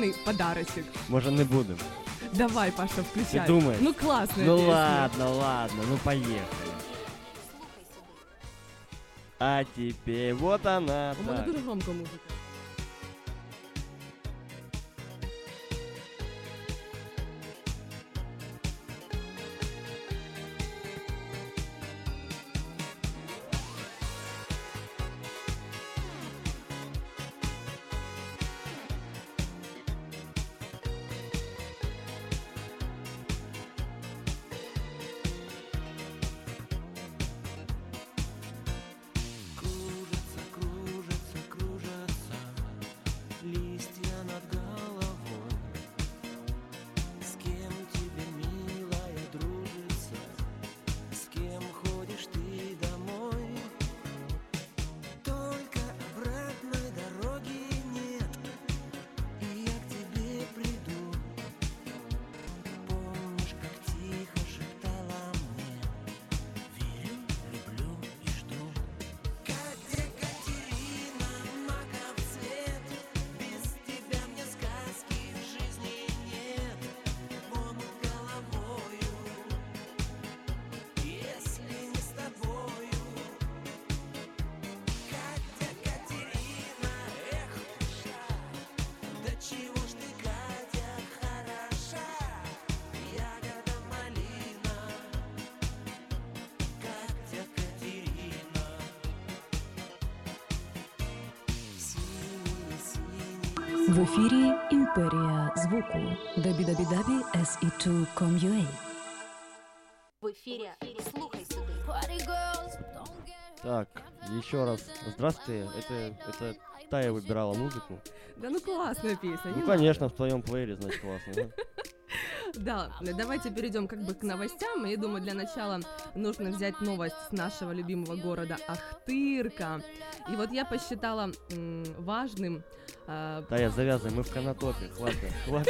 специальный подарочек. Може не будемо? Давай, Паша, включай. Ты думаешь? Ну, классная Ну песня. ладно, ну поехали. А теперь вот она. У мене Так. дуже громко музика. Кружатся, кружатся, кружатся листья над головой. С кем тебе, милая, дружится? С кем ходишь ты домой? Только обратной дороги нет, и я к тебе приду. Помнишь, как тихо шептала мне: верю, люблю и жду. Как Екатерина, маков цвет, без тебя мне сказки в жизни нет. Вон головою, если не с тобою. Катя, Катерина, эх, душа, да чего ж ты, Катя, хороша, ягода малина. Катя, Катерина. Синий, В ефірі Імперія звуку www.se2.com.ua. В эфире «Слухай сюди». Так, еще раз. Здравствуйте. Это Тая выбирала музыку. Да ну классная песня. Ну не конечно, в твоем плеере, значит, классно, да? Да, давайте перейдем как бы к новостям. Я думаю, для начала нужно взять новость с нашего любимого города Ахтырка. И вот я посчитала важным... Тая, завязывай, мы в Конотопе, хватит.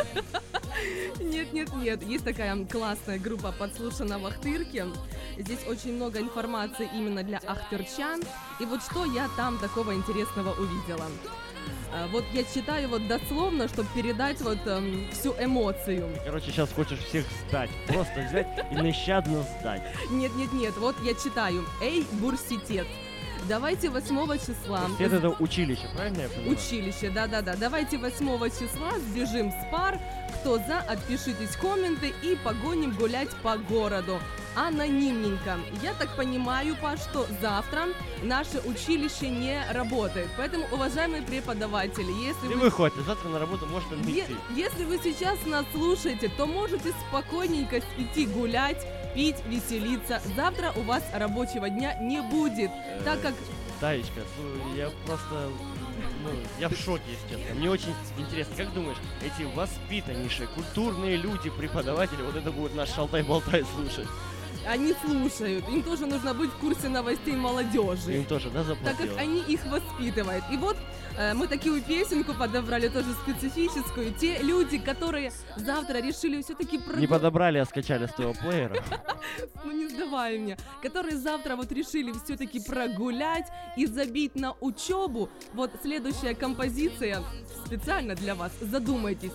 Нет, есть такая классная группа «Подслушано в Ахтырке». Здесь очень много информации именно для ахтырчан. И вот что я там такого интересного увидела. Вот я читаю вот дословно, чтобы передать вот всю эмоцию. Короче, сейчас хочешь всех сдать. Просто взять и нещадно сдать. Нет, вот я читаю. Эй, бурситет. Давайте 8 числа. Это училище, правильно я понимаю? Училище, да. Давайте 8 числа сбежим с пар. Кто за, отпишитесь комменты и погоним гулять по городу. Анонимненько. Я так понимаю, Паш, что завтра наше училище не работает. Поэтому, уважаемые преподаватели, если Ты вы... выходите, завтра на работу можете не идти. Если вы сейчас нас слушаете, то можете спокойненько идти гулять, пить, веселиться. Завтра у вас рабочего дня не будет, так как... Таечка, я просто... я в шоке, если честно. Мне очень интересно, как думаешь, эти воспитаннейшие, культурные люди, преподаватели, вот это будет наш шалтай-болтай слушать? Они слушают, им тоже нужно быть в курсе новостей молодежи. Им тоже, да, Так заплатила? как они их воспитывают. И вот мы такую песенку подобрали, тоже специфическую. Те люди, которые завтра решили все-таки Не подобрали, а скачали с твоего плеера. Ну не сдавай мне. Которые завтра вот решили все-таки прогулять и забить на учебу. Вот следующая композиция специально для вас. Задумайтесь.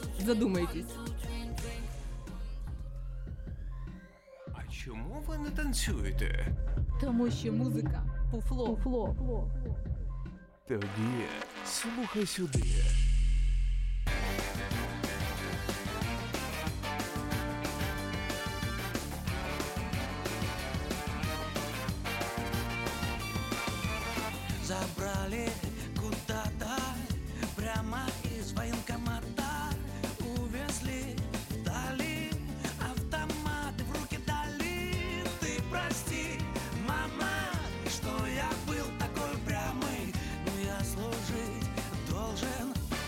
а чому ви не танцюєте? Тому що музика фуфло. Тоді слухай сюди. Забрали куда-то прямо из военкомата, увезли вдали, автоматы в руки дали. Ты прости, мама, что я был такой прямый, но я служить должен.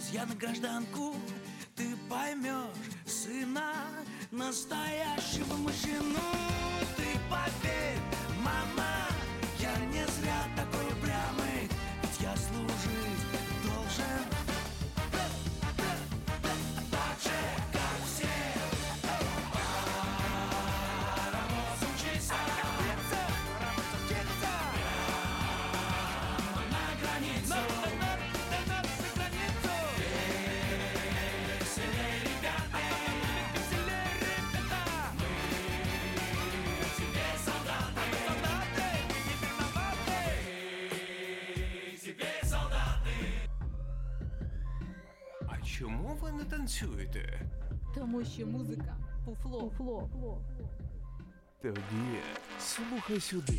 я на гражданку, ты поймешь сына настоящего мужчину. Ты поверь, мама, я не зря такой упрямый, ведь я служить должен так же, как все. Учись, учиться, на границу, на границу. Веселей, ребята, веселей, ребята. Мы тебе солдаты, солдаты, не виноваты. Тебе солдати. А чому ви не танцюєте? Тому що музика фуфло. Тоді слухай сюди.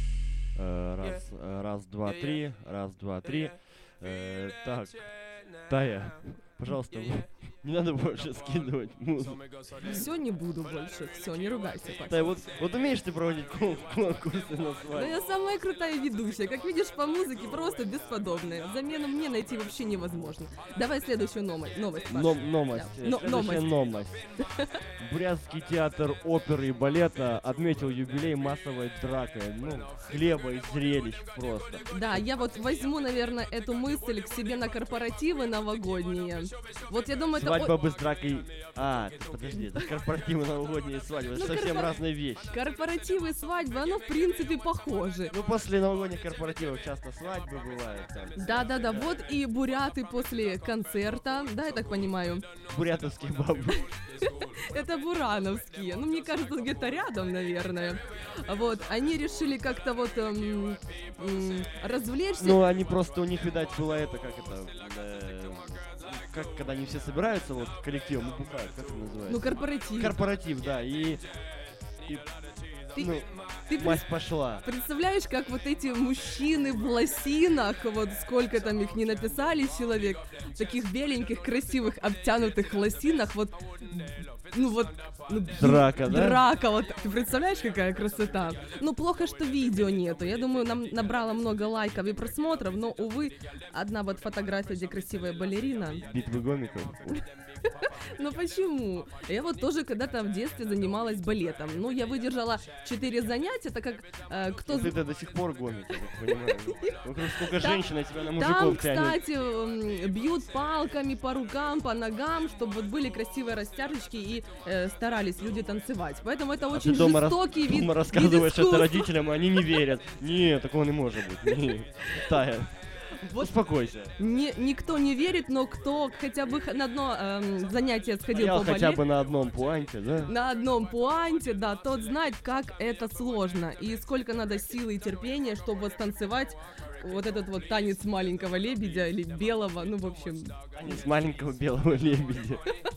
Раз, два, три. Раз, два, три. Так, Тая, пожалуйста, не надо больше скидывать музыку. Все, не буду больше. Все, не ругайся, Паша. Тая, вот умеешь ты проводить конкурсы на Но свадьбе? я самая крутая ведущая. Как видишь, по музыке просто бесподобная. Замену мне найти вообще невозможно. Давай следующую новость, Паша. Новость. Да. Следующая новость. Брянский театр оперы и балета отметил юбилей массовой дракой. Ну, хлеба и зрелищ просто. Да, я вот возьму, наверное, эту мысль к себе на корпоративы новогодние. Вот я думаю, это... Свадьба бы с дракой... Подожди, это корпоративы новогодние свадьбы. Это Ну, совсем корпо- разные вещи. Корпоративы, свадьбы, оно в принципе похоже. Ну, после новогодних корпоративов часто свадьбы бывают. Там, Да, вот и буряты после концерта, да, я так понимаю. бурятовские бабы. Это бурановские, ну, мне кажется, где-то рядом, наверное. Вот, они решили как-то вот развлечься. Ну, они просто, у них, видать, было это, как это... как когда они все собираются, вот, коллективом, и бухают, как это называется? Ну, корпоратив. Корпоратив, да, и Ты- ну, Ты мазь пошла. представляешь, как вот эти мужчины в лосинах, вот сколько там их не написали человек, таких беленьких, красивых, обтянутых лосинах, вот, ну вот, ну, Драка, да? Драка, вот, ты представляешь, какая красота? Ну, плохо, что видео нету, я думаю, нам набрало много лайков и просмотров, но, увы, одна вот фотография, где красивая балерина. Битвы гомиков. Ну почему? Я вот тоже когда-то в детстве занималась балетом. Ну, я выдержала 4 занятия, так как кто... Ну, ты до сих пор гомик, я так понимаю. Вокруг сколько Там- женщин, а тебя на Там, мужиков тянет. кстати, бьют палками по рукам, по ногам, чтобы вот были красивые растяжечки и старались люди танцевать. Поэтому это А очень ты дома, жестокий вид, дома вид рассказываешь это искусства. родителям, а они не верят. Нет, такого не может быть. Не. Тая, Вот успокойся. никто не верит, но кто хотя бы на одно занятие сходил Я по хотя балету, бы на одном пуанте, да? на одном пуанте, да, тот знает, как это сложно и сколько надо силы и терпения, чтобы вот станцевать вот этот вот танец маленького лебедя или белого, ну, в общем, Танец маленького белого лебедя.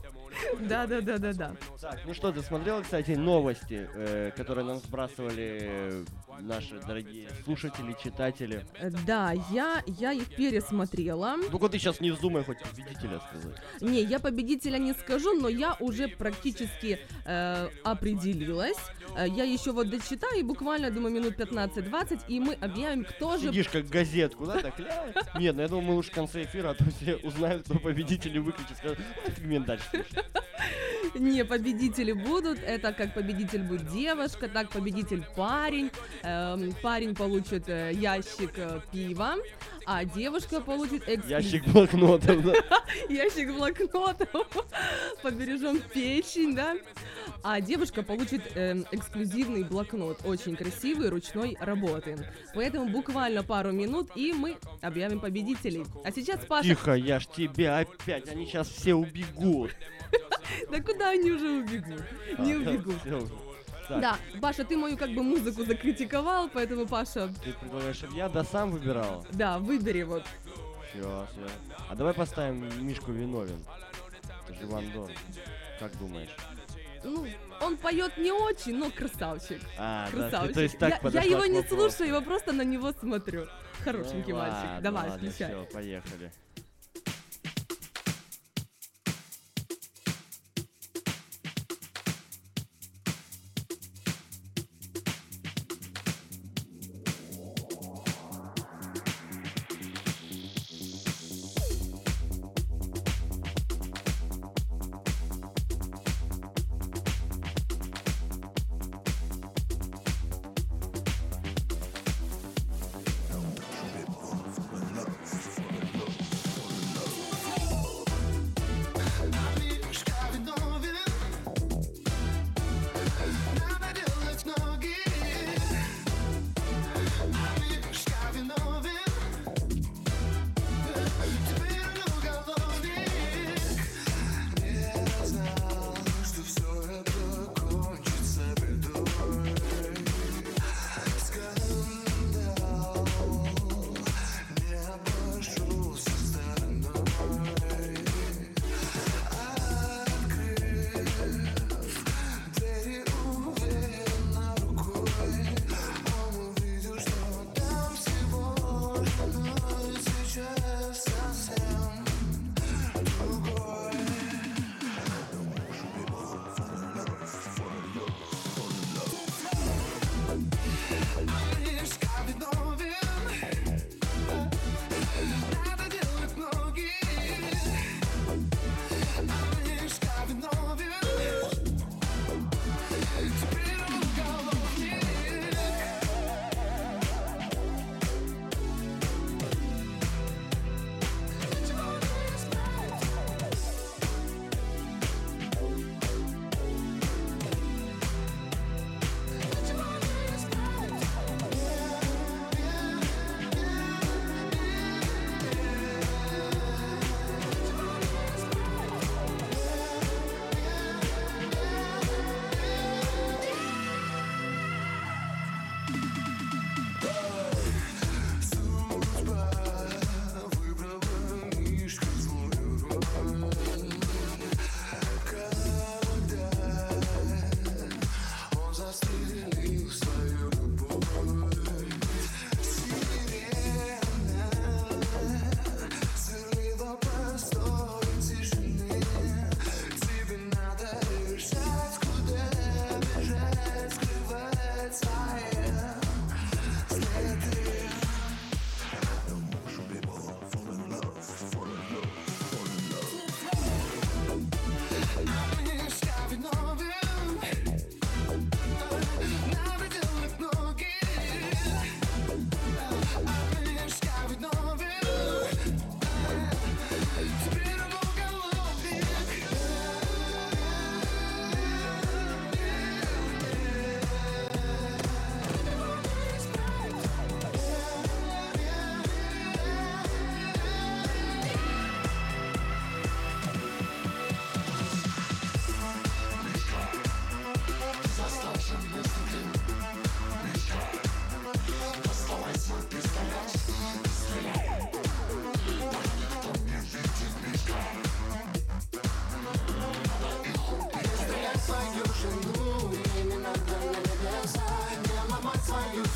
да. Так, ну что, ты смотрела, кстати, новости, которые нам сбрасывали наши дорогие слушатели, читатели? Да, я их пересмотрела. Ну-ка ты сейчас не вздумай хоть победителя сказать. Не, я победителя не скажу, но я уже практически определилась. Я еще вот дочитаю, и буквально, думаю, минут 15-20, и мы объявим, кто же... Сидишь как газетку, да, так? Нет, ну я думаю, мы лучше в конце эфира, а то все узнают, кто победитель, и выключат, скажут, фигмент дальше слушай. Не, победители будут. Это как победитель будет девушка, так победитель парень. Парень получит ящик пива, а девушка получит Ящик блокнотов, да? ящик блокнотов. Побережем печень, да? А девушка получит эксклюзивный блокнот, очень красивый, ручной работы. Поэтому буквально пару минут, и мы объявим победителей. А сейчас Паша... Тихо, я ж тебя опять, они сейчас все убегут. Да куда они уже убегут? Не А, убегут. всё. Так, Да, Паша, ты мою как бы музыку закритиковал, поэтому, Паша, ты предлагаешь, чтобы я сам выбирал? да, выбери вот. Сейчас, А давай поставим Мишку Виновен. Это же Ван Дорн. Как думаешь? Ну, он поет не очень, но красавчик. Да, Красавчик. ты, то есть так я подошла его к не вопросу. слушаю, его просто на него смотрю. Хорошенький Ну, мальчик. ладно, Давай, ладно, включай. всё, поехали.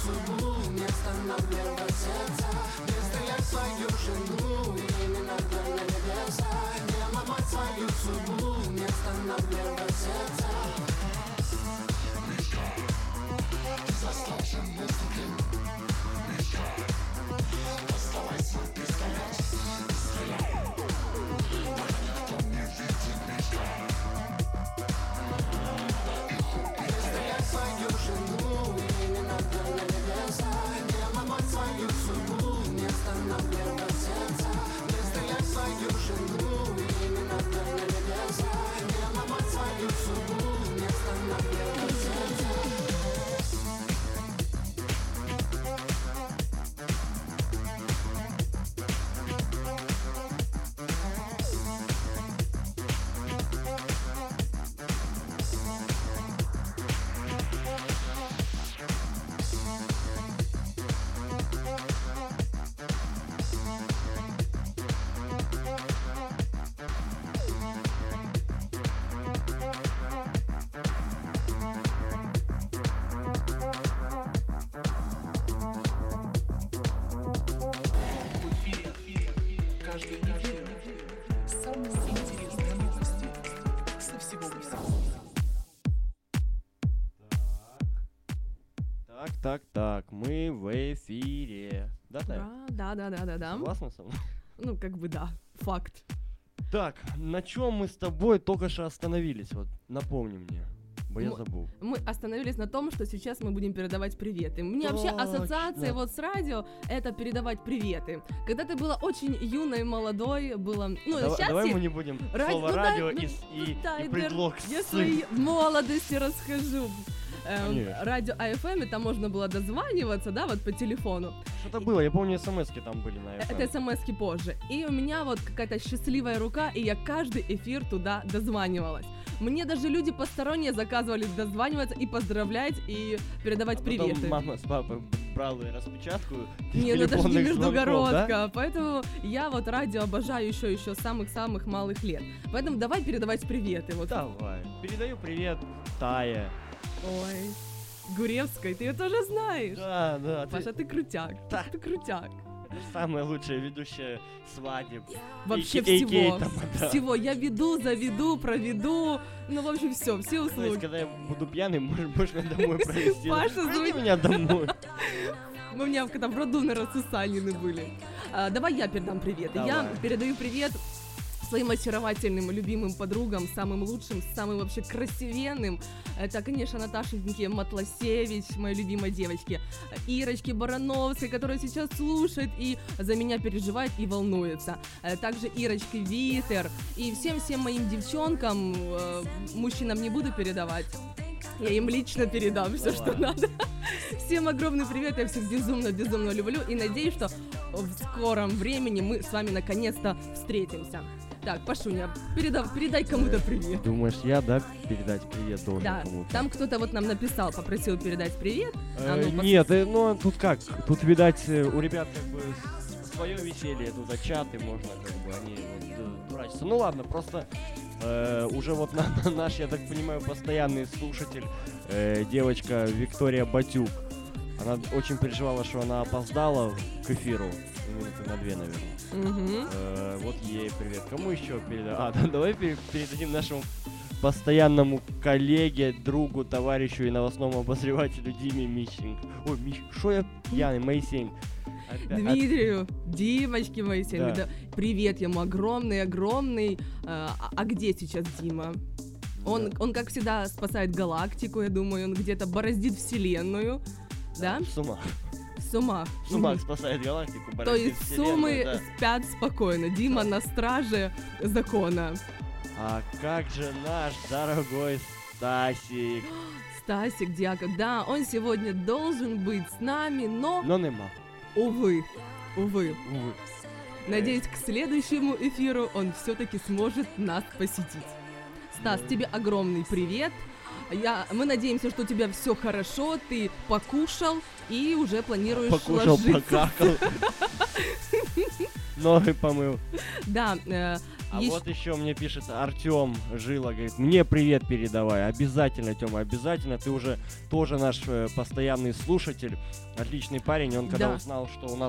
Каждую неделю самые интересные новости со всего Москвы. Так, мы в эфире. Да, Тая? Да. Согласна со мной? Ну, как бы да, факт. Так, на чем мы с тобой только что остановились? Вот, напомни мне, бо я Ну, забыл. Мы остановились на том, что сейчас мы будем передавать приветы. Мне вообще ассоциация Точно. вот с радио — это передавать приветы. Когда ты была очень юной, молодой, было... Ну, сейчас Давай мы не будем слово радио и предлог я «сын». своей молодости расскажу. Конечно. Радио АФМ, это можно было дозваниваться, да, вот по телефону. Что-то было, я помню, смс-ки там были на FM. Это смс-ки позже. И у меня вот какая-то счастливая рука, и я каждый эфир туда дозванивалась. Мне даже люди посторонние заказывали дозваниваться и поздравлять, и передавать А потом приветы. мама с папой брали распечатку Не, ну это же не телефонных звонков, междугородка, да? поэтому я вот радио обожаю еще с самых-самых малых лет. Поэтому давай передавать приветы. Вот. Давай. Передаю привет Тае. Ой, Гуревской, ты ее тоже знаешь. Да, Паша, ты крутяк, Да. ты крутяк. самая лучшая ведущая свадеб. Вообще А.К.А. всего, тамада. всего. Я веду, заведу, проведу, ну, в общем, все То есть, услуги. когда я буду пьяный, можешь меня домой провести. Паша, Проведи звони. меня домой. Мы у меня когда в роду, наверное, Сусанины были. Давай я передам привет. Давай. Я передаю привет своим очаровательным, любимым подругам, самым лучшим, самым вообще красивенным. Это, конечно, Наташеньке Матласевич, моей любимой девочке, Ирочке Барановской, которая сейчас слушает и за меня переживает и волнуется. Также Ирочке Витер и всем-всем моим девчонкам, мужчинам не буду передавать. Я им лично передам все, что надо. Всем огромный привет, я всех безумно люблю и надеюсь, что в скором времени мы с вами наконец-то встретимся. Так, Пашуня, передай кому-то привет. Думаешь, я, да, передать привет должен Да, кому-то? там кто-то вот нам написал, попросил передать привет. А ну, Нет, ну тут как? Тут, видать, у ребят как бы свое веселье, тут чаты можно, как бы, они вот, дурачатся. Ну ладно, просто уже вот наш, я так понимаю, постоянный слушатель, девочка Виктория Батюк, она очень переживала, что она опоздала к эфиру, минуты на 2, наверное. Мгм. Вот ей привет. Кому еще передать? Давай передадим нашему постоянному коллеге, другу, товарищу и новостному обозревателю Диме Мищенко. Ой, что я пьяный, Моисеенко. Дмитрию, Димочке Моисеенко, Да. да. Привет ему огромный. А где сейчас Дима? Он, как всегда, спасает галактику, я думаю, он где-то бороздит вселенную, да? В сумах. В сумах. В сумах Мгм. спасает галактику, То бороздит есть вселенную, сумы да. спят спокойно, Дима на страже закона. А как же наш дорогой Стасик? Стасик Дьяков, да, он сегодня должен быть с нами, но, Но нема. увы. Увы. Надеюсь, к следующему эфиру он все-таки сможет нас посетить. Стас, тебе огромный привет. Мы надеемся, что у тебя все хорошо, ты покушал и уже планируешь Покушал, ложиться. покакал. Ноги помыл. Да, А Ещё- вот еще мне пишет Артем Жила, говорит, мне привет передавай, обязательно, Тёма, обязательно, ты уже тоже наш постоянный слушатель, отличный парень, он когда Да. узнал, что у нас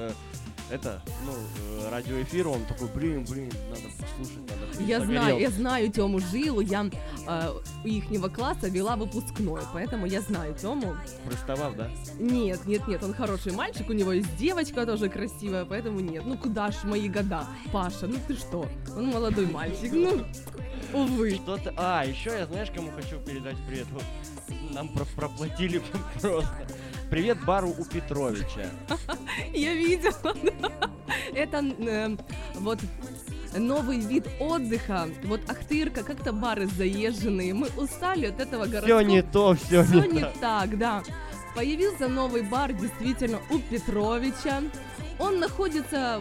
радиоэфир, он такой, блин, надо послушать, надо. Я знаю Тему Жилу, я у ихнего класса вела выпускной, поэтому я знаю Тему. Приставав, да? Нет, он хороший мальчик, у него есть девочка тоже красивая, поэтому нет. Ну куда ж мои года, Паша, ну ты что? Он молодой мальчик, ну, увы. Что-то... еще я, знаешь, кому хочу передать привет? Вот нам проплатили просто. Привет бару у Петровича. Я видела, да. Это вот новый вид отдыха. Вот Ахтырка, как-то бары заезженные. Мы устали от этого городского. Все не то, все Всё не не так. так, да. Появился новый бар, действительно, у Петровича. Он находится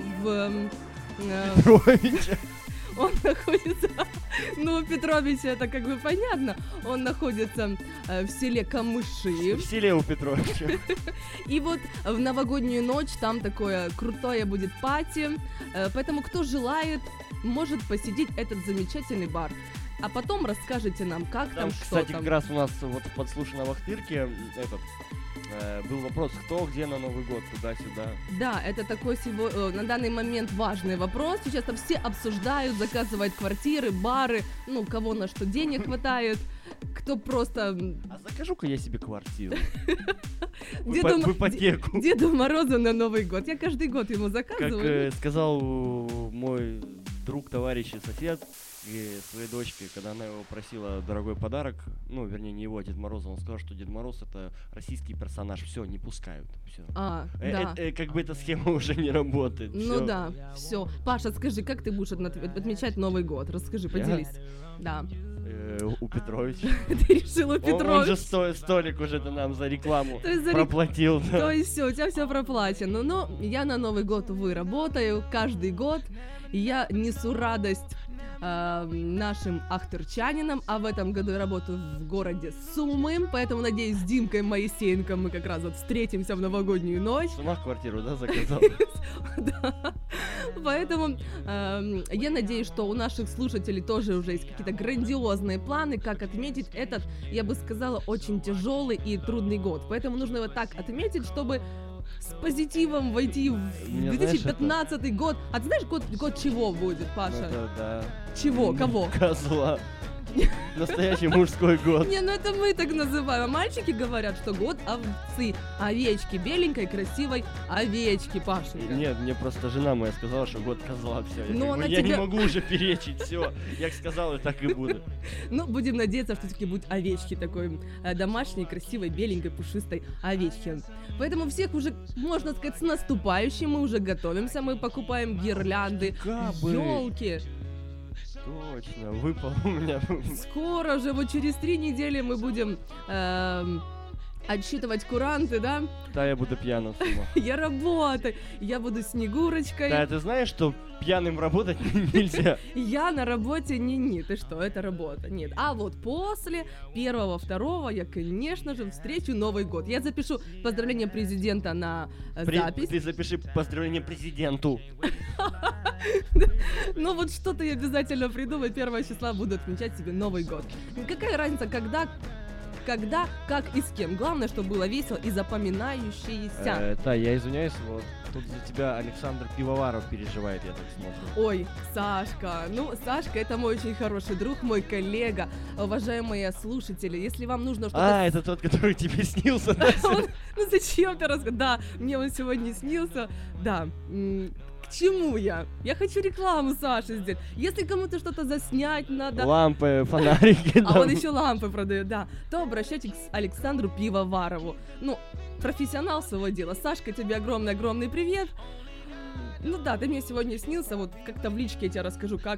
Петровича. Он находится, ну, Петровича, это как бы понятно, он находится в селе Камыши. В селе у Петровича. И вот в новогоднюю ночь там такое крутое будет пати, поэтому кто желает, может посетить этот замечательный бар. А потом расскажите нам, как там, Там, что кстати, там. как раз у нас вот в подслушанном Ахтырке был вопрос, кто где на Новый год, туда-сюда. Да, это такой на данный момент важный вопрос. Сейчас там все обсуждают, заказывают квартиры, бары, ну, кого на что денег хватает, кто просто... А закажу-ка я себе квартиру. Деду В ипотеку. Деду Морозу на Новый год. Я каждый год ему Как заказываю. сказал мой друг, товарищ и сосед своей дочке, когда она его просила дорогой подарок, ну, вернее, не его, а Дед Мороза, он сказал, что Дед Мороз — это российский персонаж, все, не пускают, все. Да. Как бы эта схема уже не работает. Ну всё. да, все. Паша, скажи, как ты будешь отмечать Новый год? Расскажи, Я? поделись. Да. У Петровича. Ты решил у Он же Петровича. столик уже нам за рекламу То есть проплатил. да. То есть все, у тебя все проплачено. Но я на Новый год, увы, работаю каждый год. И я несу радость нашим ахтырчанинам, а в этом году я работаю в городе Сумы, поэтому, надеюсь, с Димкой Моисеенко мы как раз вот встретимся в новогоднюю ночь. Сама квартиру, да, заказал? Да. Поэтому я надеюсь, что у наших слушателей тоже уже есть какие-то грандиозные планы, как отметить этот, я бы сказала, очень тяжелый и трудный год. Поэтому нужно его так отметить, чтобы с позитивом войти в Мне, знаешь, 2015 год. А ты знаешь, год чего будет, Паша? Это, да. Чего? Кого? Козла. Настоящий мужской год. Не, ну это мы так называем. А мальчики говорят, что год овцы. Овечки, беленькой, красивой овечки, Пашенька. Нет, мне просто жена моя сказала, что год козла, все. Ну, она Я не тебя- могу уже перечить, все. Я как сказал, и так и буду. Ну, будем надеяться, что все-таки будут овечки такой домашней, красивой, беленькой, пушистой овечки. Поэтому всех уже, можно сказать, с наступающим. Мы уже готовимся, мы покупаем гирлянды, Кабы. елки. Точно, выпал у меня. Скоро же, вот через 3 недели мы будем отсчитывать куранты, да? Да, я буду пьяным, Сума. Я работаю, я буду Снегурочкой. Да, ты знаешь, что пьяным работать нельзя? Я на работе не, ты что, это работа, нет. А вот после 1-2 я, конечно же, встречу Новый год. Я запишу поздравление президента на запись. Ты запиши поздравление президенту. Ну вот что-то я обязательно придумаю, 1 числа буду отмечать себе Новый год. Какая разница, когда, как и с кем. Главное, чтобы было весело и запоминающееся. Да, я извиняюсь, вот тут за тебя Александр Пивоваров переживает, я так смотрю. Ой, Сашка. Ну, Сашка, это мой очень хороший друг, мой коллега, уважаемые слушатели. Если вам нужно что-то... Это тот, который тебе снился, да? Ну зачем ты рассказываешь? Да, мне он сегодня снился. Да. К чему я? Я хочу рекламу Саши сделать. Если кому-то что-то заснять надо, Лампы, фонарики. а да. он еще лампы продает, да, то обращайтесь к Александру Пивоварову. Ну, профессионал своего дела. Сашка, тебе огромный-огромный привет. Ну да, ты мне сегодня снился, вот как-то в личке я тебе расскажу, как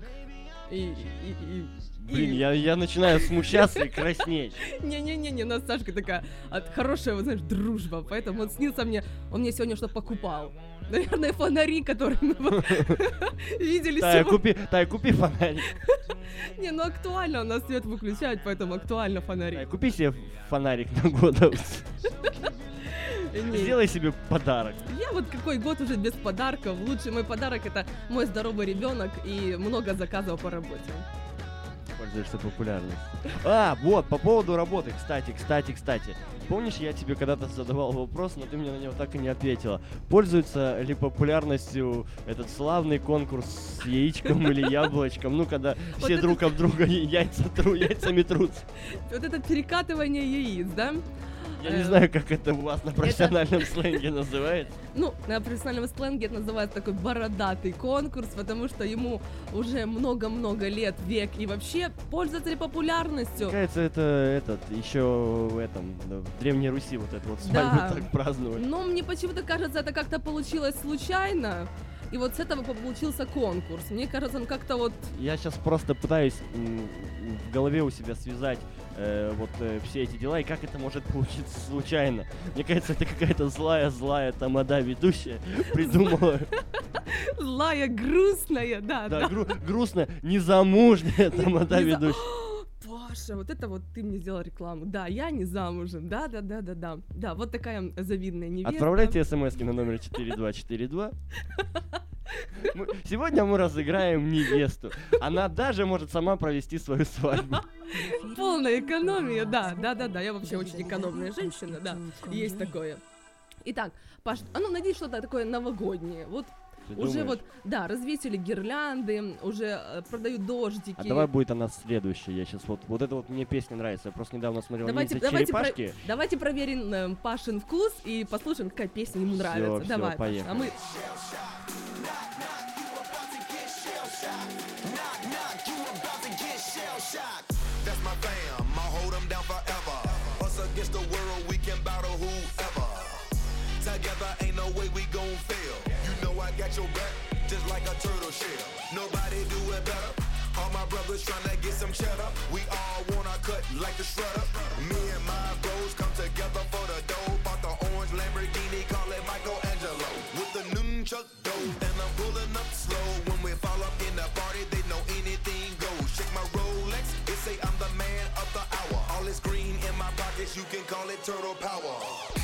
Блин, я начинаю смущаться и краснеть. Не-не-не, у нас Сашка такая хорошая, вот знаешь, дружба, поэтому он снился мне, он мне сегодня что-то покупал. Наверное, фонари, которые мы видели сегодня. Тая, купи фонарик. Не, ну актуально, у нас свет выключают, поэтому актуально фонари. Тая, купи себе фонарик на год. Не, Сделай себе подарок. я вот какой год уже без подарков. Лучший мой подарок — это мой здоровый ребенок и много заказов по работе. Пользуешься популярностью. А, вот, по поводу работы, кстати. Помнишь, я тебе когда-то задавал вопрос, но ты мне на него так и не ответила. Пользуется ли популярностью этот славный конкурс с яичком или яблочком? Ну, когда Вот все это- друг об друга яйцами трутся. Вот это перекатывание яиц, да? Я не знаю, как это у вас на профессиональном сленге называется. Ну, на профессиональном сленге это называется такой бородатый конкурс, потому что ему уже много-много лет, век, и вообще пользуется ли популярностью? Кажется, это еще в этом, да, в Древней Руси вот это вот свадьбу Да. так праздновали. Но мне почему-то кажется, это как-то получилось случайно, и вот с этого получился конкурс. Мне кажется, он как-то вот... Я сейчас просто пытаюсь в голове у себя связать все эти дела, и как это может получиться случайно. Мне кажется, это какая-то злая тамада ведущая придумала. Злая, грустная, да. Да, грустно, незамужняя тамада не за- ведущая. Паша, вот это вот ты мне сделал рекламу. Да, я не замужем. Да. Да, вот такая завидная невеста. Отправляйте смски на номер 4242. Сегодня мы разыграем невесту. Она даже может сама провести свою свадьбу. Полная экономия, да. Я вообще очень экономная женщина, да. Есть такое. Итак, Паш, надеюсь, что-то такое новогоднее. Вот Ты уже думаешь? вот, да, развесили гирлянды, уже продают дождики. А давай будет она следующая. Я сейчас вот эта вот мне песня нравится. Я просто недавно смотрел Давайте, «Ниндзя черепашки». давайте проверим Пашин вкус и послушаем, какая песня ему нравится. всё, Давай, Паша, поехали. а мы... That's my fam, I'll hold them down forever. Us against the world, we can battle whoever. Together, ain't no way we gon' fail. You know I got your back, just like a turtle shell. Nobody do it better. All my brothers tryna get some cheddar. We all wanna cut like the shredder. Me and my bros come together for the dough. Bought the orange Lamborghini, call it Michelangelo. With the nunchuck dough, and I'm pulling up slow. When we fall up in the party, they know anything goes. Shake my Rolex, it say I'm the man of the hour. All this green in my pockets, you can call it turtle power.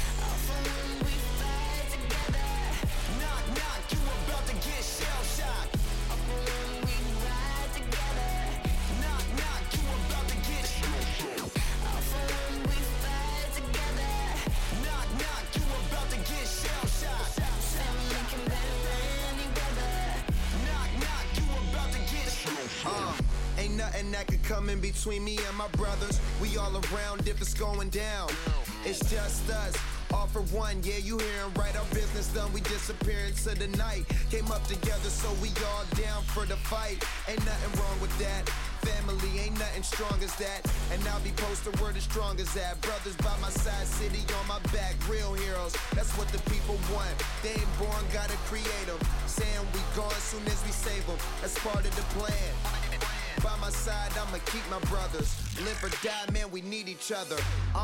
Ain't nothing that could come in between me and my brothers. We all around if it's going down. It's just us, all for one. Yeah, you hearing right? Our business done. We disappear into the night. Came up together, so we all down for the fight. Ain't nothing wrong with that. Family ain't nothing strong as that. And I'll be posted where the strong as that. Brothers by my side, city on my back. Real heroes, that's what the people want. They ain't born, gotta create them. Saying we gone soon as we save them. That's part of the plan. By my side, I'ma keep my brothers. Live or die, man, we need each other.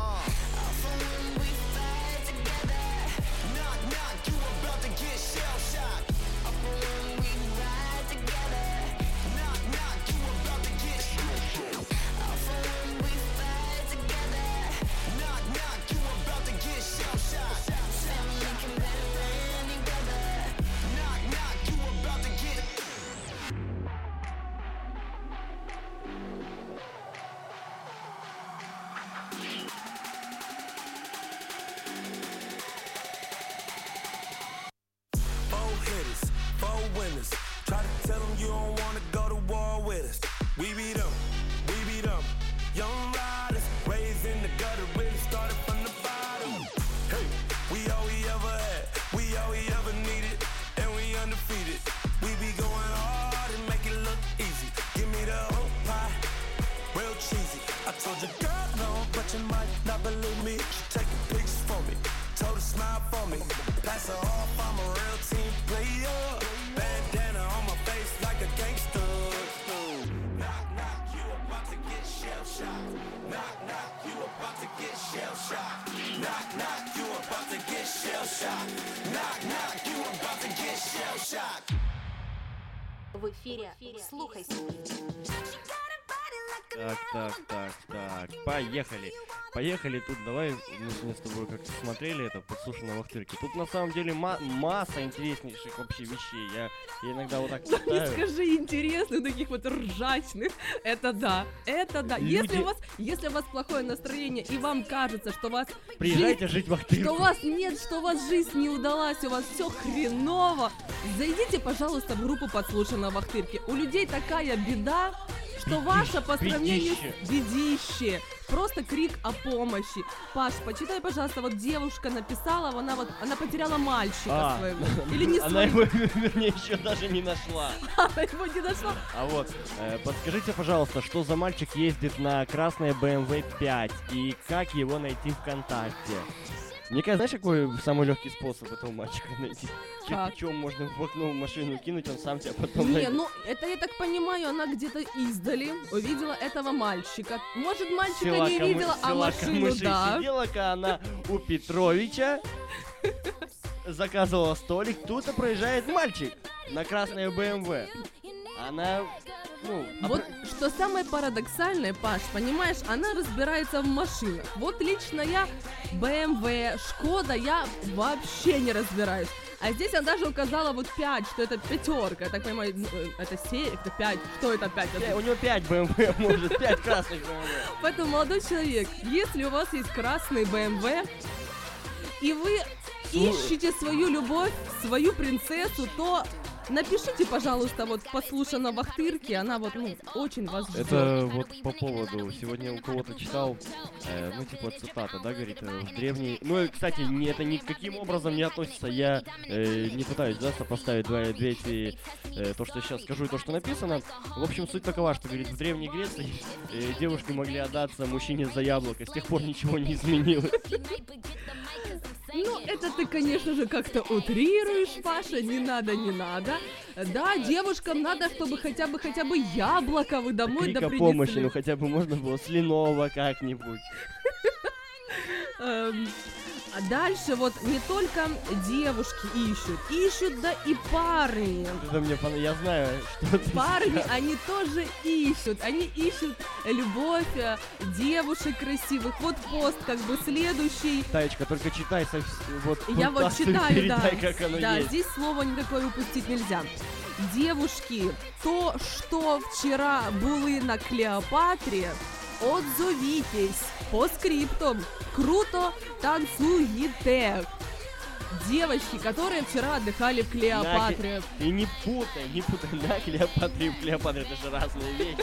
Four hitters, four winners. Try to tell them you don't wanna go to war with us. We beat them. Young riders, raised in the gutter, really started from the bottom. Hey, we all we ever had, we all we ever needed, and we undefeated. We be going hard and make it look easy. Give me the whole pie, real cheesy. I told you, girl, no, but you might not believe me. She taking pictures for me, told her smile for me. Pass her off, I'm a real team player. Bandana on my face like a gangster. Knock, knock, you about to get shell shocked. Knock, knock, you about to get shell shocked. Knock, knock, you about to get shell shocked. Knock, knock, you about to get shell shocked. В эфире «Слухай себе». Так. Поехали тут, давай мы с тобой как-то смотрели это «Подслушано в Ахтырке». Тут на самом деле масса интереснейших вообще вещей. Я иногда вот так Не читаю. скажи интересных, таких вот ржачных. Это да. Люди- Если у вас плохое настроение и вам кажется, что вас Приезжайте жить в Ахтырку. что у вас нет, что у вас жизнь не удалась, у вас все хреново, зайдите, пожалуйста, в группу «Подслушано в Ахтырке». У людей такая беда, что ваша по сравнению с бедище. Просто крик о помощи. Паш, почитай, пожалуйста, вот девушка написала, она потеряла мальчика своего. Или не Она своего, его, вернее, еще даже не нашла. она его не нашла. А вот, подскажите, пожалуйста, что за мальчик ездит на красной BMW 5 и как его найти ВКонтакте? Мне кажется, знаешь, какой самый легкий способ этого мальчика найти? Как? Чем можно в окно машину кинуть, он сам тебя потом Не, найдет. ну это я так понимаю, она где-то издали увидела этого мальчика. Может, мальчика Села не видела, а села машину камыши. да. Сидела-ка она у Петровича, заказывала столик, тут и проезжает мальчик на красной БМВ. Она, Вот что самое парадоксальное, Паш, понимаешь, она разбирается в машинах. Вот лично я BMW, Шкода, я вообще не разбираюсь. А здесь она даже указала вот 5, что это пятерка. Я так понимаю, это 7, это 5. Что это 5? у него 5 БМВ, может, 5 красных БМВ. Поэтому, молодой человек, если у вас есть красный BMW, и вы ищете свою любовь, свою принцессу, то напишите, пожалуйста, вот «Подслушано в Ахтырке», она вот, очень вас ждет. Это вот по поводу, сегодня у кого-то читал, цитата, да, говорит, в древней... Ну, и, кстати, это никаким образом не относится, я не пытаюсь, да, сопоставить две эти, то, что я сейчас скажу, и то, что написано. В общем, суть такова, что, говорит, в Древней Греции девушки могли отдаться мужчине за яблоко, с тех пор ничего не изменилось. Ну, это ты, конечно же, как-то утрируешь, Паша, не надо. Да, девушкам надо, чтобы хотя бы яблоко вы домой Крик о принесли. помощи, ну хотя бы можно было слиного как-нибудь. А дальше вот не только девушки ищут, да и парни. Это мне я знаю, что ты Парни, сейчас- они тоже ищут. Они ищут любовь, девушек красивых. Вот пост как бы следующий. Таечка, только читай вот Я вот пунктуацию читаю, да. передай, как оно Да, есть. здесь слова никакое упустить нельзя. Девушки, то, что вчера были на Клеопатре, отзовитесь по скриптам. Круто танцуете. Девочки, которые вчера отдыхали в Клеопатре. И не путай, на Клеопатре и в Клеопатре, это же разные вещи.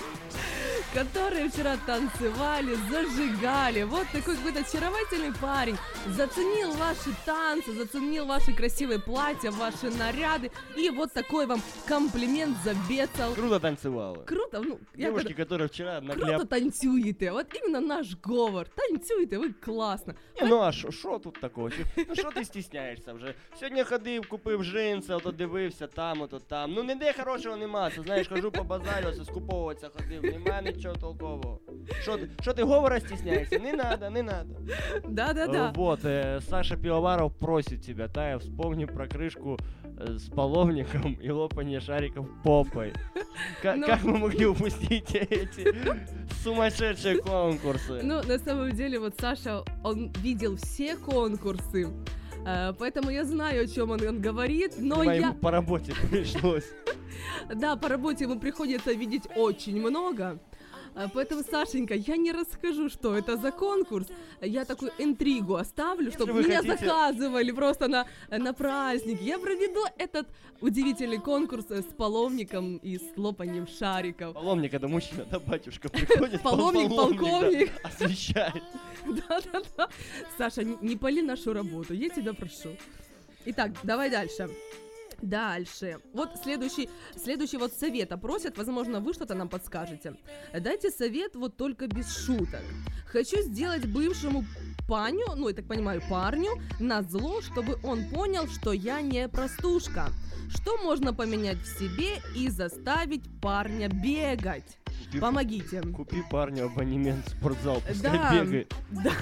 Которые вчера танцевали, зажигали. Вот такой какой-то очаровательный парень. Заценил ваши танцы, заценил ваши красивые платья, ваши наряды. И вот такой вам комплимент забецал. Круто танцевала. Круто, Девушки, которые вчера на круто Клеопатре... танцюєте. Вот именно наш говор. Танцюєте, ви класно. Ну а що тут такого? Ну що ти стісняєшся вже? Сьогодні ходив, купив джинси, ото дивився там, ото там. Ну ніде хорошого нема, це знаєш, хожу по базарі, ось скуповуватися ходив, нема нічого толкового. Що ти говора стісняєшся? Не надо. Да-да-да. Вот, Саша Пивоваров просит тебя, Тая, вспомни про крышку с половником и лопание шариков попой. Ну. Как мы могли упустить эти сумасшедшие конкурсы? Ну, на самом деле, вот Саша, он видел все конкурсы, поэтому я знаю, о чем он говорит, но Видимо, я... ему по работе пришлось. Да, по работе ему приходится видеть очень много. Поэтому, Сашенька, я не расскажу, что это за конкурс. Я такую интригу оставлю, чтобы вы меня хотите- заказывали просто на праздник. Я проведу этот удивительный конкурс с половником и с лопанием шариков. Паломник, это мужчина, да, батюшка приходит. Паломник, полковник. да, освещает. Да-да-да. Саша, не пали нашу работу, я тебя прошу. Итак, давай дальше. Дальше. Вот следующий вот совета просят, возможно, вы что-то нам подскажете. Дайте совет вот только без шуток. Хочу сделать бывшему паню, ну, я так понимаю, парню, назло, чтобы он понял, что я не простушка. Что можно поменять в себе и заставить парня бегать? Помогите. Купи парню абонемент в спортзал, пускай Да. бегает. Да.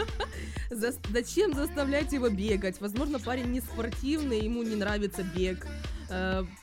Зачем заставлять его бегать? Возможно, парень не спортивный, ему не нравится бег.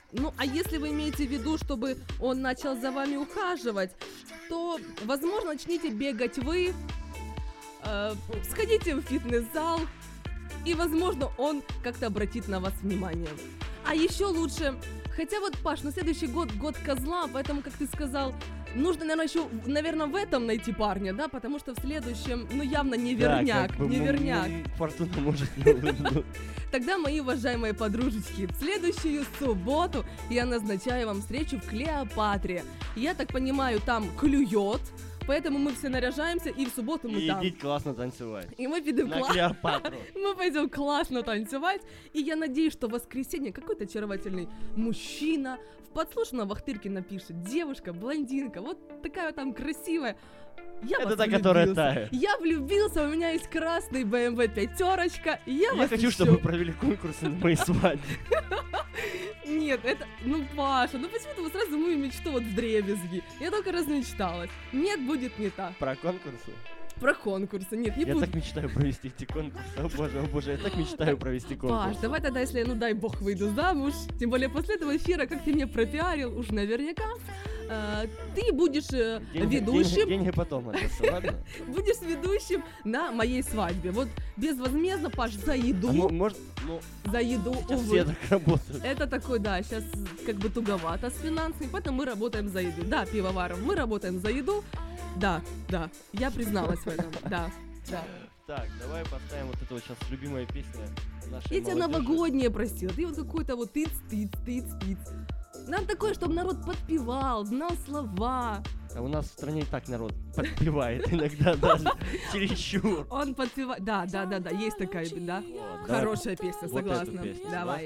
Ну, а если вы имеете в виду, чтобы он начал за вами ухаживать, то, возможно, начните бегать вы, сходите в фитнес-зал, и, возможно, он как-то обратит на вас внимание. А еще лучше, хотя вот, Паш, на следующий год год козла, поэтому, как ты сказал, нужно, наверное, еще, в этом найти парня, да, потому что в следующем, ну, явно не верняк, Да, как бы, не верняк. Фортуна может не улыбнуться. Тогда, мои уважаемые подружечки, в следующую субботу я назначаю вам встречу в Клеопатре. Я так понимаю, там клюет, поэтому мы все наряжаемся, и в субботу мы И там. идите классно танцевать. И мы пойдем На Клеопатру. Мы пойдем классно танцевать. И я надеюсь, что в воскресенье какой-то очаровательный мужчина в подслушанном Вахтырке напишет: девушка, блондинка, вот такая там красивая. Я Это вас та, которая влюбился. тает. Я влюбился, у меня есть красный BMW 5, и я Я вас хочу, ищу. чтобы вы провели конкурсы на моей свадьбе. Нет, это... Ну, Паша, ну почему-то вы сразу мою мечту вот вдребезги. Я только размечталась. Нет, будет не так. Про конкурсы? Про конкурсы. Нет, не Я буду. так мечтаю провести эти конкурсы. О боже, я так мечтаю провести Паш, конкурсы. давай тогда, если, ну дай бог, выйду замуж, тем более после этого эфира, как ты мне пропиарил, уж наверняка, ты будешь ведущим, Деньги потом отдастся, ладно? будешь ведущим на моей свадьбе. Вот безвозмездно, Паш, за еду, Может, за еду, сейчас увы. все так работают. Это такой, да, сейчас как бы туговато с финансами, поэтому мы работаем за еду. Да, пивоваром, мы работаем за еду. Да, я призналась в этом, да. Так, давай поставим вот эту вот сейчас любимая песня нашей Я тебя молодежи. новогоднее просила, ты вот какой-то вот тыц. Нам такое, чтобы народ подпевал, знал слова. А у нас в стране и так народ подпевает иногда даже чересчур. Он подпевает, да, есть такая, да. Вот, давай Хорошая песня, вот эту согласна. песню, Давай.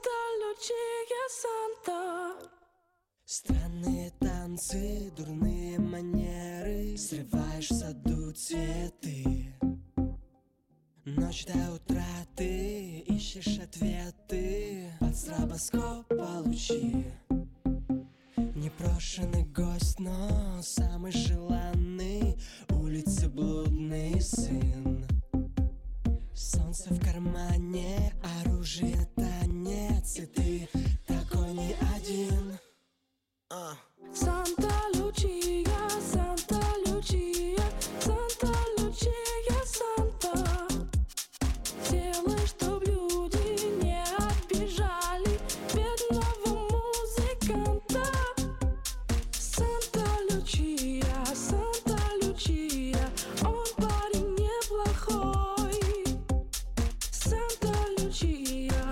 согласна? Странные танцы, дурные манеры, срываешь в саду цветы. Ночь до утра ты ищешь ответы, под стробоскопа лучи. Непрошенный гость, но самый желанный, улицы блудный сын. Солнце в кармане, оружие, танец, и ты такой не один. Санта Лучия, Санта Лучия, Санта Лучия, Санта. Делай, чтоб люди не обижали бедного музыканта. Санта Лучия, он парень неплохой. Санта Лучия,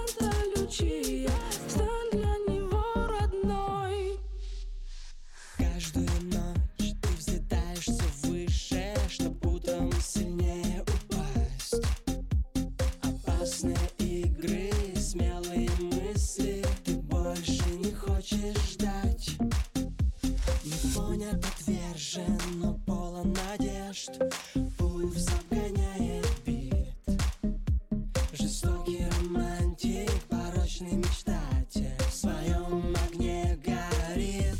стань для него родной. Каждую ночь ты взлетаешься выше, чтоб утром сильнее упасть. Опасные игры, смелые мысли, ты больше не хочешь ждать. Не понят, отвержен, но полон надежд. Пульс обгоняет бит. Жестокий романтик, порочный мечтатель, в своем огне горит.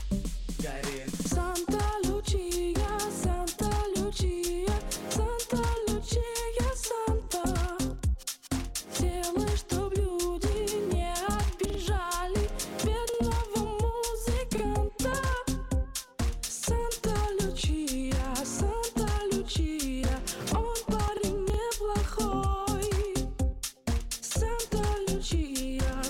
Санта Лучия, Санта Лучия, Санта Лучия, Санта. Делай, чтоб люди не обижали бедного музыканта. Санта Лучия, он парень неплохой. Санта Лучия,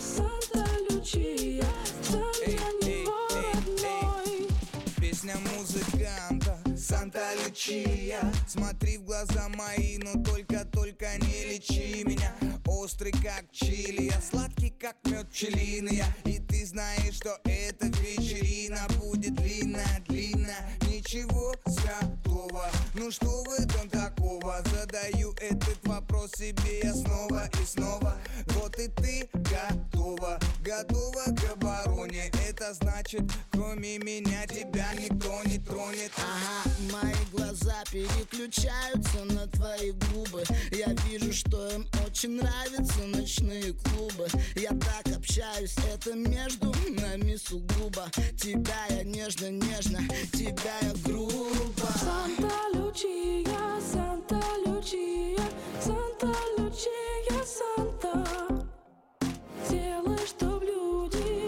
стань для него родной. Песня музыканта Санта Лучия. Смотри в глаза мои, но только не лечи меня. Острый как чили, я сладкий как мед пчелиный. И ты знаешь, что эта вечерина будет длинная. Ничего святого, ну что в этом такого? Задаю этот вопрос себе я снова и снова. Вот и ты готова к обороне. Это значит, кроме меня тебя никто не тронет. Ага, мои глаза переключаются на твои губы. Я вижу, что им очень нравятся ночные клубы. Я так общаюсь, это между нами сугубо. Тебя я нежно, тебя я грубо. Санта Лучия, Санта Лучия, Санта Лучия, Санта. Делай, чтоб люди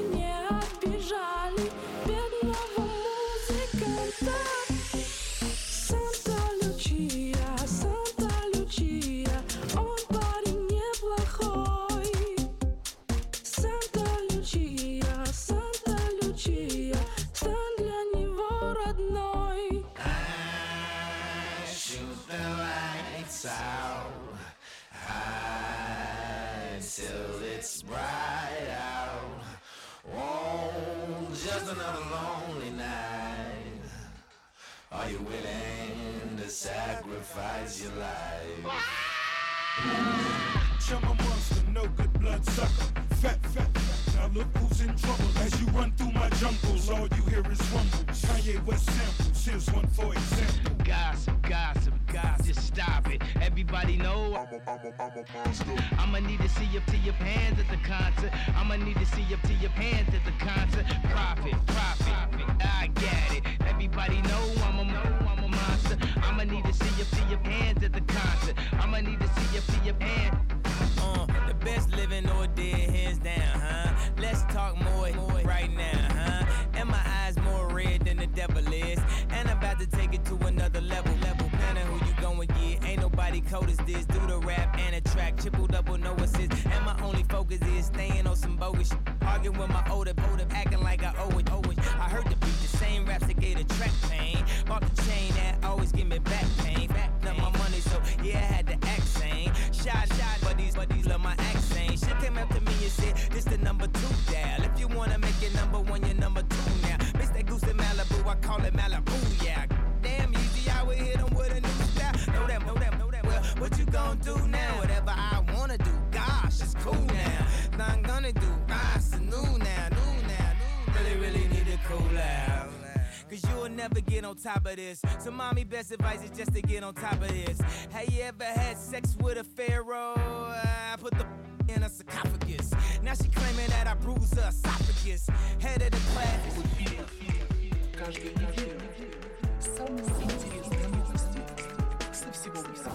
the lights out. Hide till it's bright out. Oh, just another lonely night. Are you willing to sacrifice your life? I'm a monster, no good blood sucker. Fat, fat, fat. Now look who's in trouble. As you run through my jungles, all you hear is rumbles. Kanye West samples, here's one for example. Gossip, gossip, gossip. Just stop it. Everybody know I'm a monster. I'ma need to see up to your hands at the concert. I'ma need to see up to your hands at the concert. Profit, profit, I get it. Everybody know I'm a monster. I'ma need to see up to your hands at the concert. I'ma need to see up to your hands. The best living or dead, hands down, huh? Let's talk more right now, huh? And my eyes more red than the devil is. And I'm about to take it to another level. Planning who you going get. Ain't nobody cold as this. Do the rap and a track. Triple double, no assist. And my only focus is staying on some bogus shit. Arguing with my older, acting like I owe it. I heard the beat, the same raps that gave the track pain. Bought the chain that always give me back pain. Backed up my money, so yeah, I had to act sane. Shot, but these love my accent. Shit came up to me and said, this the number 2 dial. If you wanna make it number 1, you're number 2 now. Mix that goose in Malibu, I call it Malibu, yeah. Damn easy, I would hit 'em with a new style. Know them. Well, what you gon' do now? Whatever I wanna do, gosh, it's cool now. Not gonna do, it's new now. Really need to cool out. Cause you'll never get on top of this. So mommy, best advice is just to get on top of this. Have you ever had sex with a pharaoh? I put the in a sarcophagus. Now she claiming that I bruised her esophagus. Head of the class. Каждую неделю самые интересные новости со всего мира.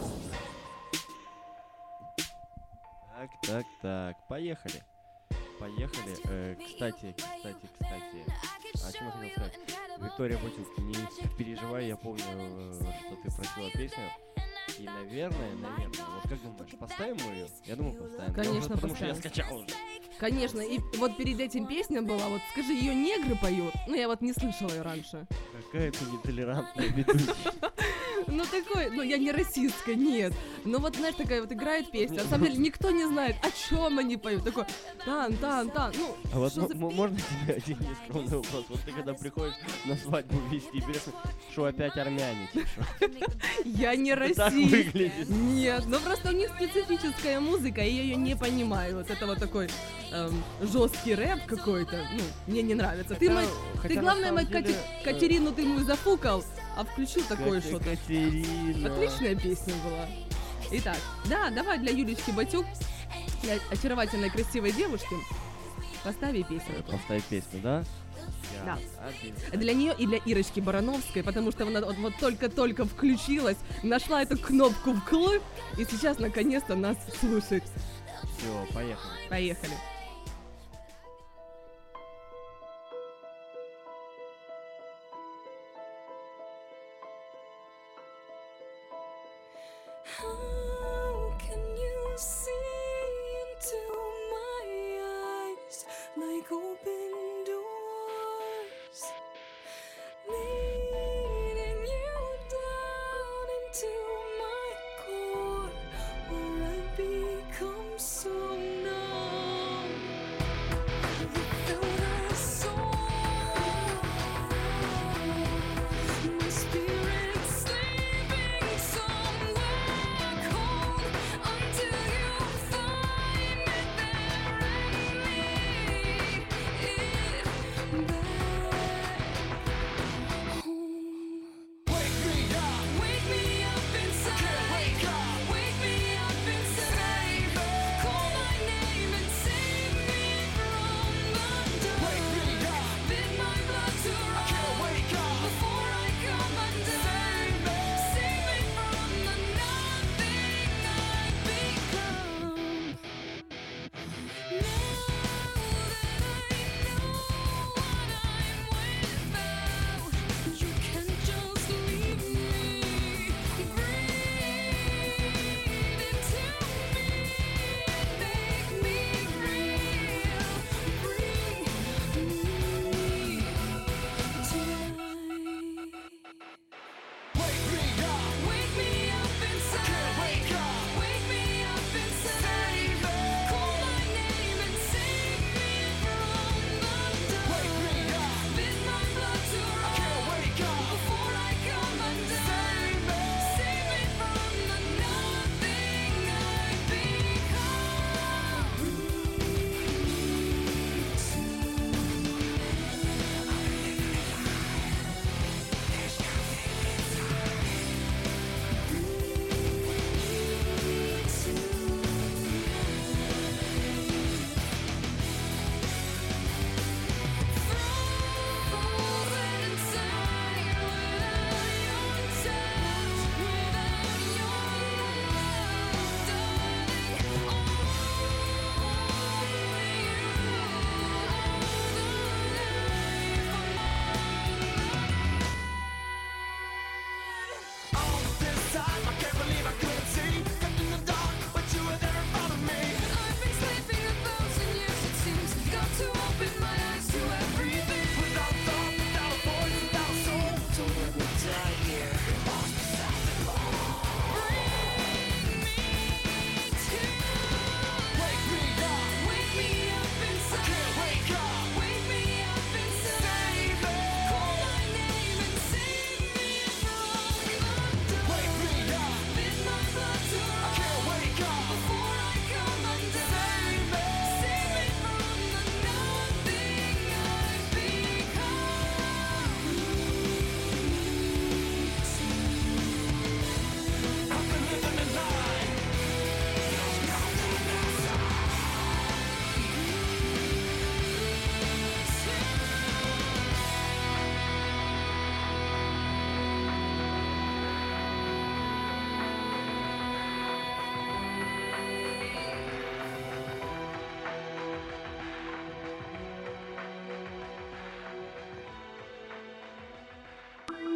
Так, поехали. Кстати. О чем я хотел сказать? Виктория Батюк, не переживай, я помню, что ты просила песню. И, наверное, вот как думаешь, поставим мы ее? Я думаю, поставим. Конечно, потому поставим. что я скачал уже. Конечно, и вот перед этим песня была, вот скажи, ее негры поют? Ну, я вот не слышала ее раньше. Какая ты нетолерантная ведущая. Ну, такой, я не расистка, нет. Но вот, знаешь, такая вот играет песня, на самом деле никто не знает, о чем они поют. Такой, тан, ну, а вот можно тебе один нескромный вопрос? Вот ты когда приходишь на свадьбу вести, интересно, что опять армяне? Я не расист. Так выглядит. Нет, просто у них специфическая музыка, и я ее не понимаю. Вот это вот такой жесткий рэп какой-то, мне не нравится. Ты главное, Катерину ты мою зафукал, а включил такое что-то. Катерина. Отличная песня была. Итак, давай для Юлечки Батюк, для очаровательной красивой девушки, поставь песню. Поставь песню, да? Да. Для нее и для Ирочки Барановской, потому что она вот только-только включилась, нашла эту кнопку вклы, и сейчас наконец-то нас слушает. Все, поехали. Поехали. How can you see into my eyes like open doors, leading you down into my core, where I become so numb without a soul? My spirit sleeping somewhere.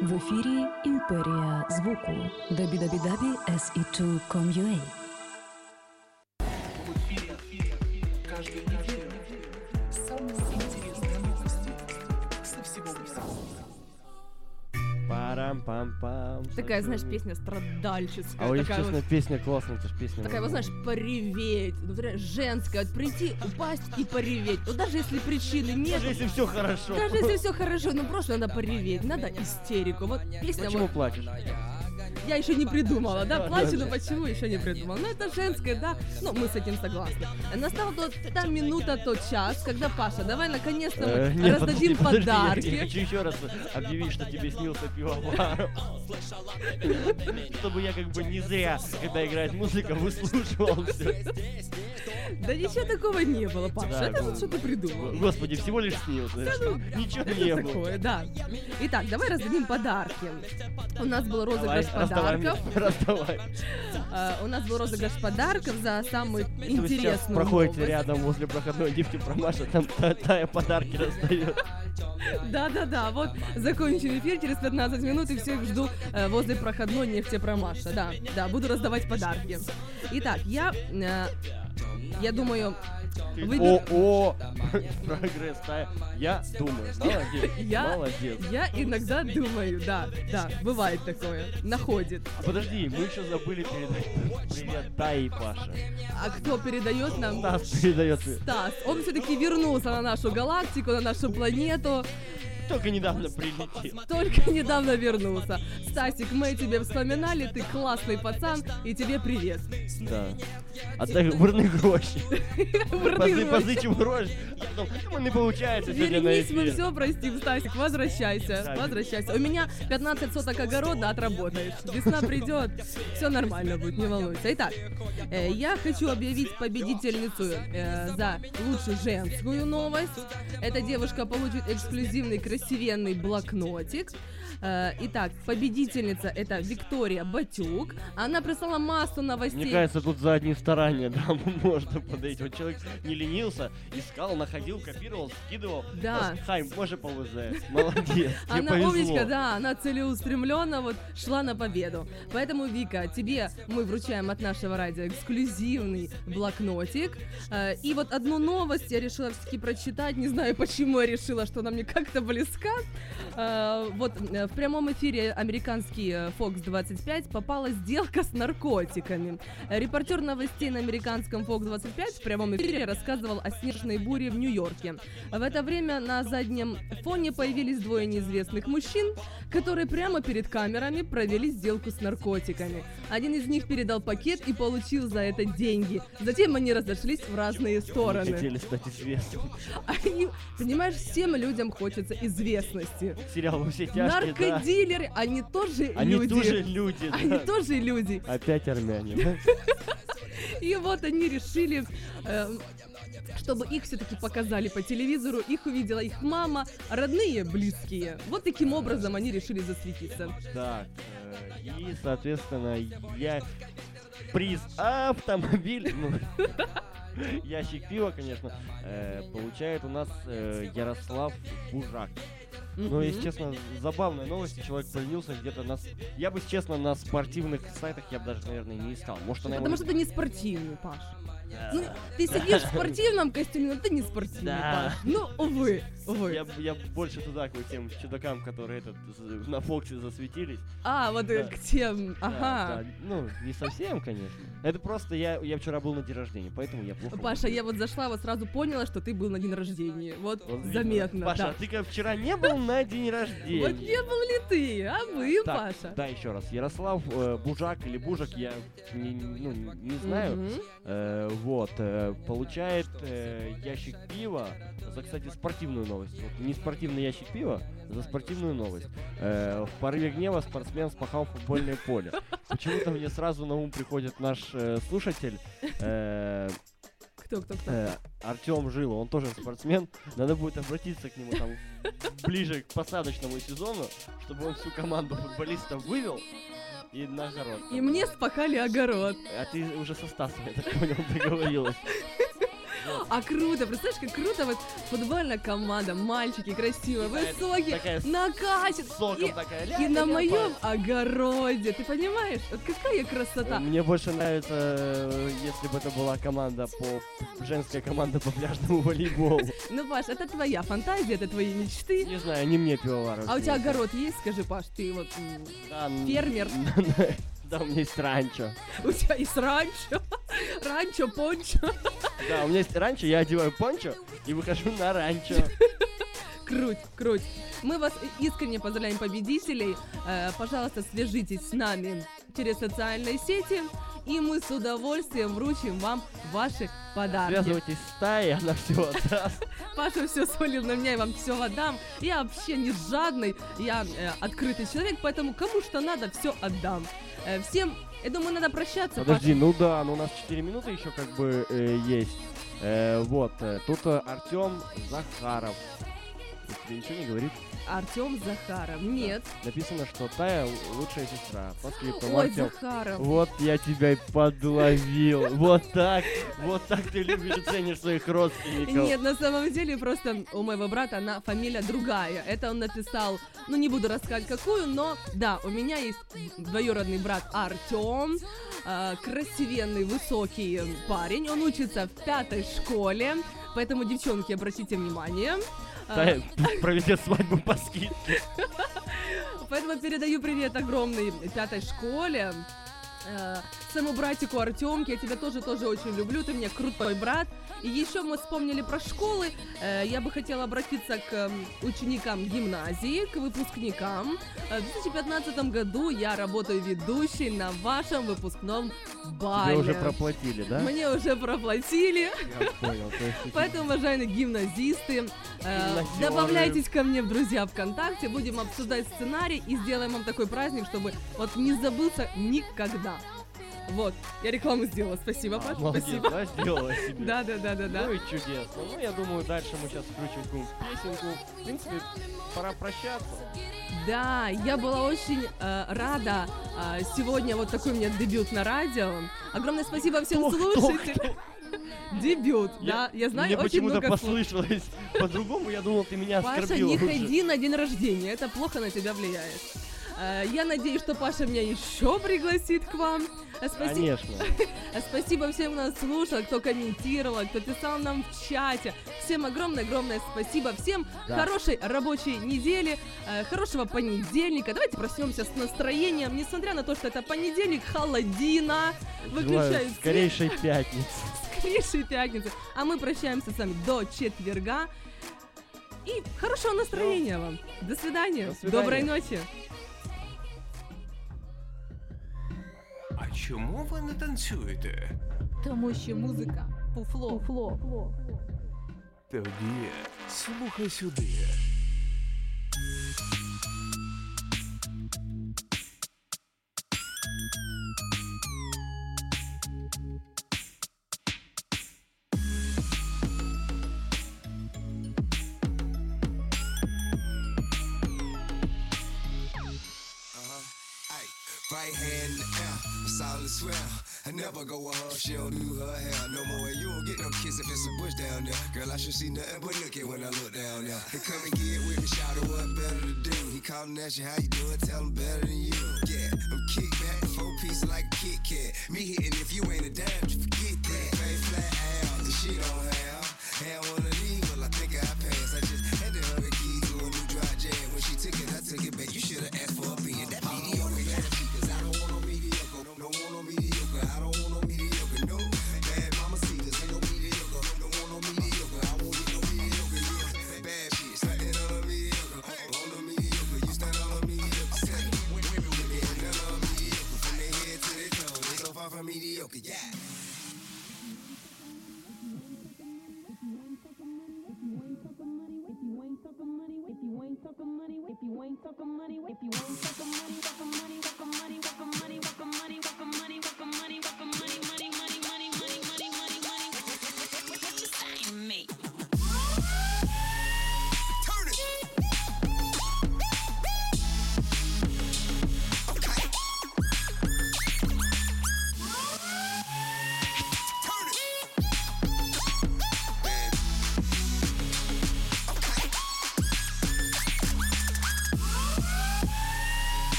В ефірі Імперія звуку. www.se2.com.ua. В эфире каждую неделю самые интересные новости со всего мира. Парам-пам-пам. Такая, знаешь, песня страдальческая. А вот, такая честно, вот, песня классная, это ж песня. такая вот, знаешь, пореветь. Ну, прям женская. Вот прийти, упасть и пореветь. Вот даже если причины нет. Даже если все хорошо. Даже если все хорошо, ну просто надо пореветь, надо истерику. Вот песня Почему вот. плачешь? Я еще не придумала, да? Да, Плачу, да. но почему еще не придумала? Ну, это женское, да? Ну, мы с этим согласны. Настала та минута, тот час, когда, Паша, давай наконец-то мы Нет, раздадим подожди, подарки. Я хочу еще раз объявить, что тебе снился пивовар. Чтобы я как бы не зря, когда играет музыка, выслушивал все. Да ничего такого не было, Паша. Да, Это ну, вот что ты придумал. Господи, всего лишь снился. Ничего Это не было. такое, да. Итак, давай раздадим подарки. У нас был розыгрыш подарков. Раздавай. У нас был розыгрыш подарков за самую Вы сейчас интересную проходите новость. рядом возле проходной нефтепромаша, там Тая подарки раздает. Да-да-да, вот закончим эфир через 15 минут и всех жду возле проходной нефтепромаша. Да, буду раздавать подарки. Итак, я думаю, выберу... О, прогресс, Тая. Я думаю, молодец, молодец. Я иногда думаю, да, бывает такое, находит. А подожди, мы еще забыли передать привет Тае и Паше. А кто передает нам? Стас передает. Стас. Он все-таки вернулся на нашу галактику, на нашу планету. Только недавно прилетел. Только недавно вернулся. Стасик, мы тебе вспоминали, ты классный пацан, и тебе привет. Да. Отдай верни гроші. Верни Позичив гроші. Потом не получается сегодня на Вернись, мы эфир. все простим, Стасик, возвращайся, Да. возвращайся. У меня 15 соток огорода, отработаешь. Весна придет, все нормально будет, не волнуйся. Итак, я хочу объявить победительницу за лучшую женскую новость. Эта девушка получит эксклюзивный красивенный блокнотик. Итак, победительница это Виктория Батюк. Она прислала массу новостей. Мне кажется, тут за одни старания, да, можно подойти. Вот человек не ленился, искал, находил, копировал, скидывал. Да. Хай, може повезе. Молодец, тебе Она повезло. умничка, да, она целеустремленно вот шла на победу. Поэтому, Вика, тебе мы вручаем от нашего радио эксклюзивный блокнотик. И вот одну новость я решила все-таки прочитать. Не знаю, почему я решила, что она мне как-то близка. Вот в прямом эфире американский Fox 25 попала сделка с наркотиками. Репортер новостей на американском Fox 25 в прямом эфире рассказывал о снежной буре в Нью-Йорке. В это время на заднем фоне появились двое неизвестных мужчин, которые прямо перед камерами провели сделку с наркотиками. Один из них передал пакет и получил за это деньги. Затем они разошлись в разные Они стороны. хотели стать известными. Они, понимаешь, всем людям хочется известности. Сериал «Во все тяжкие», да. Наркодилеры, они тоже Они люди. тоже люди, да. Они тоже люди. Опять армяне, да? И вот они решили, чтобы их все-таки показали по телевизору, их увидела их мама, родные, близкие. Вот таким образом они решили засветиться. Так, и, соответственно, я приз автомобиль, ну, ящик пива, конечно, получает у нас Ярослав Бужак. Ну, если честно, забавная новость, человек появился где-то на... Я бы, честно, на спортивных сайтах я бы даже, наверное, не искал. Может, она Потому его... что ты не спортивный, Паша. Ну, ты сидишь в спортивном костюме, но ты не спортивный, Да. Паш. Ну, увы. Я больше туда к тем чудакам, которые на Фоксе засветились. А, вот Да. к тем, Да, ага. да. Ну, не совсем, конечно. Это просто я вчера был на день рождения, поэтому я плохо... Паша, я вот зашла, вот сразу поняла, что ты был на день рождения. Вот, Вот видно. заметно, Паша, да. а ты как вчера не был на день рождения? Вот не был ли ты, а был, Так, Паша? да, еще раз. Ярослав Бужак или Бужак, я не знаю. Мгм. Вот, получает ящик пива за, кстати, спортивную новость. Вот, не спортивный ящик пива, за спортивную новость. В порыве гнева спортсмен спахал футбольное поле. Почему-то мне сразу на ум приходит наш слушатель. Кто? Артем Жила, он тоже спортсмен. Надо будет обратиться к нему там ближе к посадочному сезону, чтобы он всю команду футболистов вывел и на огород. И мне спахали огород. А ты уже со Стасом, я так понял, договорилась. А круто, представляешь, как круто, вот футбольная команда, мальчики красивые, высокие, такая накачаны. соком такая, И на моем огороде, ты понимаешь? Вот какая красота. Мне больше нравится, если бы это была женская команда по пляжному волейболу. Ну, Паш, это твоя фантазия, это твои мечты. Не знаю, не мне пивоваров. А у тебя огород есть, скажи, Паш, ты вот фермер? Да, у меня есть ранчо. У тебя есть ранчо? Ранчо, пончо? Да, у меня есть ранчо, я одеваю пончо и выхожу на ранчо. Круть. Мы вас искренне поздравляем победителей. Пожалуйста, свяжитесь с нами через социальные сети, и мы с удовольствием вручим вам ваши подарки. Связывайтесь с Таей, она все отдаст. Паша все свалил на меня, я вам все отдам. Я вообще не жадный, я открытый человек, поэтому кому что надо, все отдам. Всем, я думаю, надо прощаться. Подожди, ну да, но у нас 4 минуты еще как бы есть. Тут Артем Захаров. Тебе ничего не говорит? Артем Захаров. Нет. Написано, что Тая лучшая сестра. По скриптам. Ой, Артём, Захаров. Вот я тебя и подловил. Вот так ты любишь и ценишь своих родственников. Нет, на самом деле просто у моего брата фамилия другая. Это он написал, ну не буду рассказывать какую, но да, у меня есть двоюродный брат Артем, красивенный, высокий парень. Он учится в 5-й школе, поэтому, девчонки, обратите внимание. Тая проведет свадьбу по скидке. Поэтому передаю привет огромной 5-й школе. Своему братику Артемке, я тебя тоже очень люблю, ты мне крутой брат. И еще мы вспомнили про школы. Я бы хотела обратиться к ученикам гимназии, к выпускникам. В 2015 году я работаю ведущей на вашем выпускном бале. Тебе уже проплатили, да? Мне уже проплатили. Я понял. Поэтому, уважаемые гимназисты, добавляйтесь ко мне в друзья ВКонтакте, будем обсуждать сценарий и сделаем вам такой праздник, чтобы вот не забылся никогда. Вот, я рекламу сделала, спасибо, Паш, молодец, спасибо. Да, сделала себе. Да. Ну и чудесно. Ну, я думаю, дальше мы сейчас включим какую-нибудь песенку. В принципе, пора прощаться. Да, я была очень рада. Сегодня вот такой у меня дебют на радио. Огромное спасибо всем слушателям. Дебют, да, я знаю, мне очень много почему-то слов. послышалось по-другому, я думал, ты меня оскорбила. Паша, не ходи на день рождения, это плохо на тебя влияет. Я надеюсь, что Паша меня еще пригласит к вам. Конечно. Спасибо всем, кто нас слушал, кто комментировал, кто писал нам в чате. Всем огромное спасибо. Всем хорошей рабочей недели, хорошего понедельника. Давайте проснемся с настроением, несмотря на то, что это понедельник, холодина. Выключаю свет. Скорейшей пятницы. Скорейшей пятницы. А мы прощаемся с вами до четверга. И хорошего настроения вам. До свидания. До свидания. Доброй ночи. А чому ви не танцюєте? Тому що музика фуфло. Тоді слухай сюди. Right hand in the air, solid swell. I never go with her, she don't do her hair no more. And you don't get no kiss if it's a bush down there. Girl, I should see nothing but look at when I look down there. Hey, come and get with me, shout out what better to do. He callin' at you, how you doing? Tell him better than you. Yeah, I'm kick back, 4 pieces like a Kit Kat. Me hitting if you ain't a dime, just forget that. Pay flat ass, the shit don't have. Had one of these, well I think I passed. I just had to hug a key to a new dry jam. When she took it, I took it back. You should've asked for a being that mediocre. Cause I don't want no mediocre, don't want no mediocre. I don't want no mediocre, no. Bad mama see this, ain't no mediocre. Don't want no mediocre, I won't get no mediocre. Yeah. Bad bitch, standing on a mediocre. On a mediocre, you stand on a mediocre. Say, women with me, stand on a mediocre. From their head to their toes, they so far from mediocre, yeah.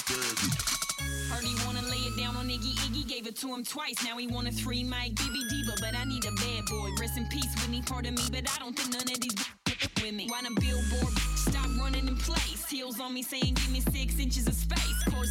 Heard he wanna lay it down on Iggy. Iggy gave it to him twice. Now he want a 3 mic BB Diva, but I need a bad boy. Rest in peace, Whitney, part of me, but I don't think none of these with me. Why the billboard stop running in place? Heels on me saying give me 6 inches of space. Course